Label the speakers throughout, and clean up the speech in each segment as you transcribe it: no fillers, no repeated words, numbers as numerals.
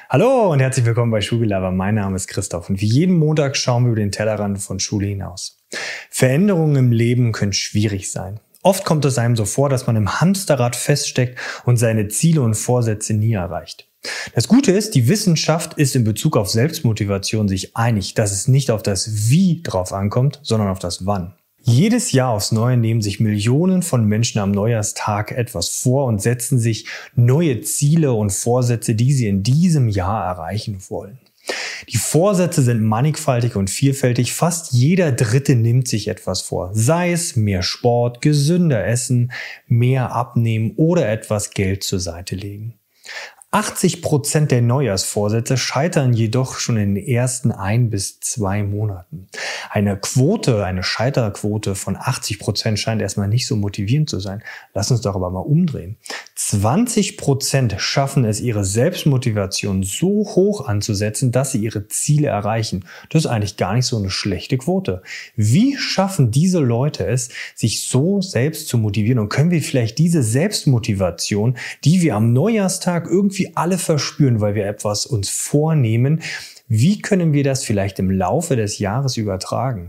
Speaker 1: Hallo und herzlich willkommen bei Schulgelaber. Mein Name ist Christoph und wie jeden Montag schauen wir über den Tellerrand von Schule hinaus. Veränderungen im Leben können schwierig sein. Oft kommt es einem so vor, dass man im Hamsterrad feststeckt und seine Ziele und Vorsätze nie erreicht. Das Gute ist, die Wissenschaft ist in Bezug auf Selbstmotivation sich einig, dass es nicht auf das Wie drauf ankommt, sondern auf das Wann. Jedes Jahr aufs Neue nehmen sich Millionen von Menschen am Neujahrstag etwas vor und setzen sich neue Ziele und Vorsätze, die sie in diesem Jahr erreichen wollen. Die Vorsätze sind mannigfaltig und vielfältig. Fast jeder Dritte nimmt sich etwas vor. Sei es mehr Sport, gesünder essen, mehr abnehmen oder etwas Geld zur Seite legen. 80% der Neujahrsvorsätze scheitern jedoch schon in den ersten 1 bis 2 Monaten. Eine Scheiterquote von 80% scheint erstmal nicht so motivierend zu sein. Lass uns doch aber mal umdrehen. 20% schaffen es, ihre Selbstmotivation so hoch anzusetzen, dass sie ihre Ziele erreichen. Das ist eigentlich gar nicht so eine schlechte Quote. Wie schaffen diese Leute es, sich so selbst zu motivieren? Und können wir vielleicht diese Selbstmotivation, die wir am Neujahrstag irgendwie alle verspüren, weil wir etwas uns vornehmen, wie können wir das vielleicht im Laufe des Jahres übertragen?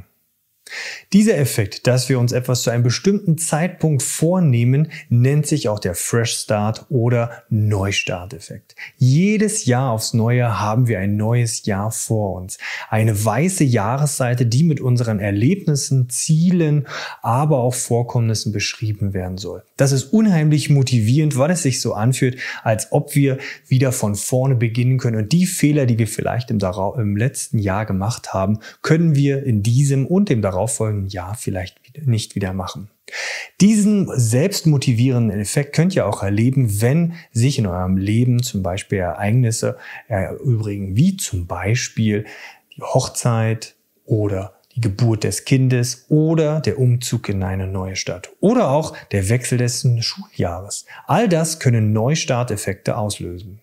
Speaker 1: Dieser Effekt, dass wir uns etwas zu einem bestimmten Zeitpunkt vornehmen, nennt sich auch der Fresh Start oder Neustart-Effekt. Jedes Jahr aufs Neue haben wir ein neues Jahr vor uns. Eine weiße Jahresseite, die mit unseren Erlebnissen, Zielen, aber auch Vorkommnissen beschrieben werden soll. Das ist unheimlich motivierend, weil es sich so anfühlt, als ob wir wieder von vorne beginnen können. Und die Fehler, die wir vielleicht im letzten Jahr gemacht haben, können wir in diesem und dem darauffolgenden Jahr vielleicht nicht wieder machen. Diesen selbstmotivierenden Effekt könnt ihr auch erleben, wenn sich in eurem Leben zum Beispiel Ereignisse erübrigen, wie zum Beispiel die Hochzeit oder die Geburt des Kindes oder der Umzug in eine neue Stadt oder auch der Wechsel des Schuljahres. All das können Neustarteffekte auslösen.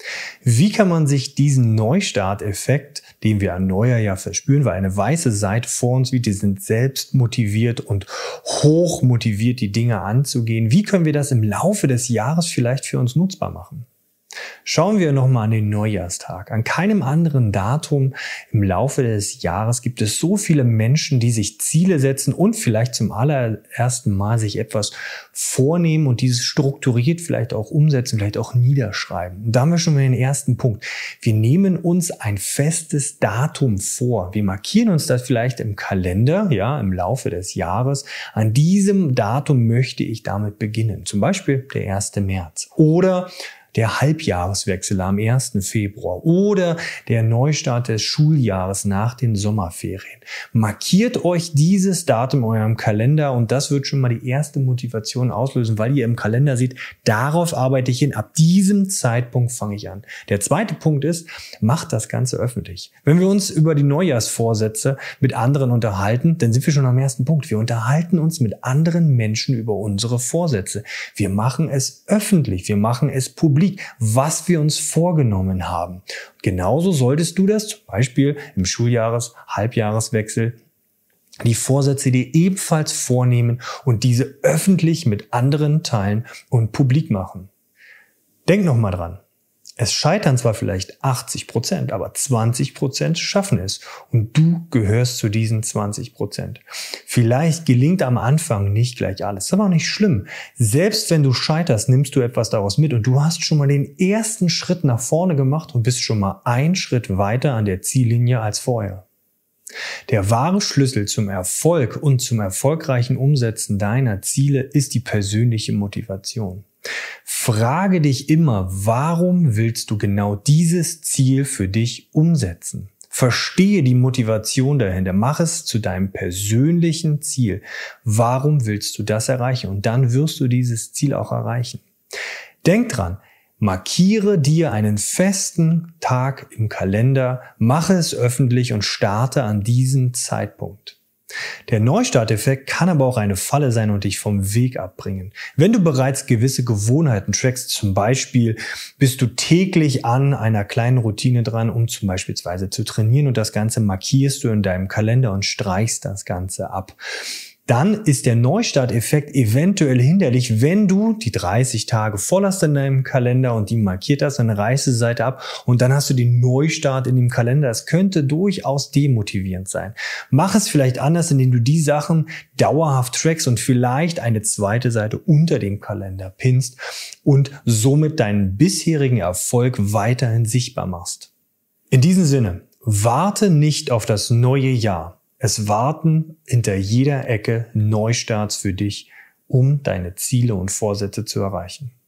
Speaker 1: Wie kann man sich diesen Neustarteffekt, den wir an Neujahr verspüren, weil eine weiße Seite vor uns liegt, die sind selbst motiviert und hoch motiviert, die Dinge anzugehen. Wie können wir das im Laufe des Jahres vielleicht für uns nutzbar machen? Schauen wir nochmal an den Neujahrstag. An keinem anderen Datum im Laufe des Jahres gibt es so viele Menschen, die sich Ziele setzen und vielleicht zum allerersten Mal sich etwas vornehmen und dieses strukturiert vielleicht auch umsetzen, vielleicht auch niederschreiben. Und da haben wir schon mal den ersten Punkt. Wir nehmen uns ein festes Datum vor. Wir markieren uns das vielleicht im Kalender, ja, im Laufe des Jahres. An diesem Datum möchte ich damit beginnen. Zum Beispiel der 1. März. Oder der Halbjahreswechsel am 1. Februar oder der Neustart des Schuljahres nach den Sommerferien. Markiert euch dieses Datum in eurem Kalender und das wird schon mal die erste Motivation auslösen, weil ihr im Kalender seht, darauf arbeite ich hin, ab diesem Zeitpunkt fange ich an. Der zweite Punkt ist, macht das Ganze öffentlich. Wenn wir uns über die Neujahrsvorsätze mit anderen unterhalten, dann sind wir schon am ersten Punkt. Wir unterhalten uns mit anderen Menschen über unsere Vorsätze. Wir machen es öffentlich, wir machen es publik, was wir uns vorgenommen haben. Genauso solltest du das zum Beispiel im Halbjahreswechsel die Vorsätze dir ebenfalls vornehmen und diese öffentlich mit anderen teilen und publik machen. Denk noch mal dran. Es scheitern zwar vielleicht 80%, aber 20% schaffen es. Und du gehörst zu diesen 20%. Vielleicht gelingt am Anfang nicht gleich alles. Das ist aber auch nicht schlimm. Selbst wenn du scheiterst, nimmst du etwas daraus mit und du hast schon mal den ersten Schritt nach vorne gemacht und bist schon mal einen Schritt weiter an der Ziellinie als vorher. Der wahre Schlüssel zum Erfolg und zum erfolgreichen Umsetzen deiner Ziele ist die persönliche Motivation. Frage dich immer, warum willst du genau dieses Ziel für dich umsetzen? Verstehe die Motivation dahinter, mach es zu deinem persönlichen Ziel. Warum willst du das erreichen? Und dann wirst du dieses Ziel auch erreichen. Denk dran, markiere dir einen festen Tag im Kalender, mache es öffentlich und starte an diesem Zeitpunkt. Der Neustarteffekt kann aber auch eine Falle sein und dich vom Weg abbringen. Wenn du bereits gewisse Gewohnheiten trackst, zum Beispiel bist du täglich an einer kleinen Routine dran, um zum Beispiel zu trainieren und das Ganze markierst du in deinem Kalender und streichst das Ganze ab. dann ist der Neustarteffekt eventuell hinderlich, wenn du die 30 Tage voll hast in deinem Kalender und die markiert hast, dann reißt die Seite ab und dann hast du den Neustart in dem Kalender. Das könnte durchaus demotivierend sein. Mach es vielleicht anders, indem du die Sachen dauerhaft trackst und vielleicht eine zweite Seite unter dem Kalender pinnst und somit deinen bisherigen Erfolg weiterhin sichtbar machst. In diesem Sinne, warte nicht auf das neue Jahr. Es warten hinter jeder Ecke Neustarts für dich, um deine Ziele und Vorsätze zu erreichen.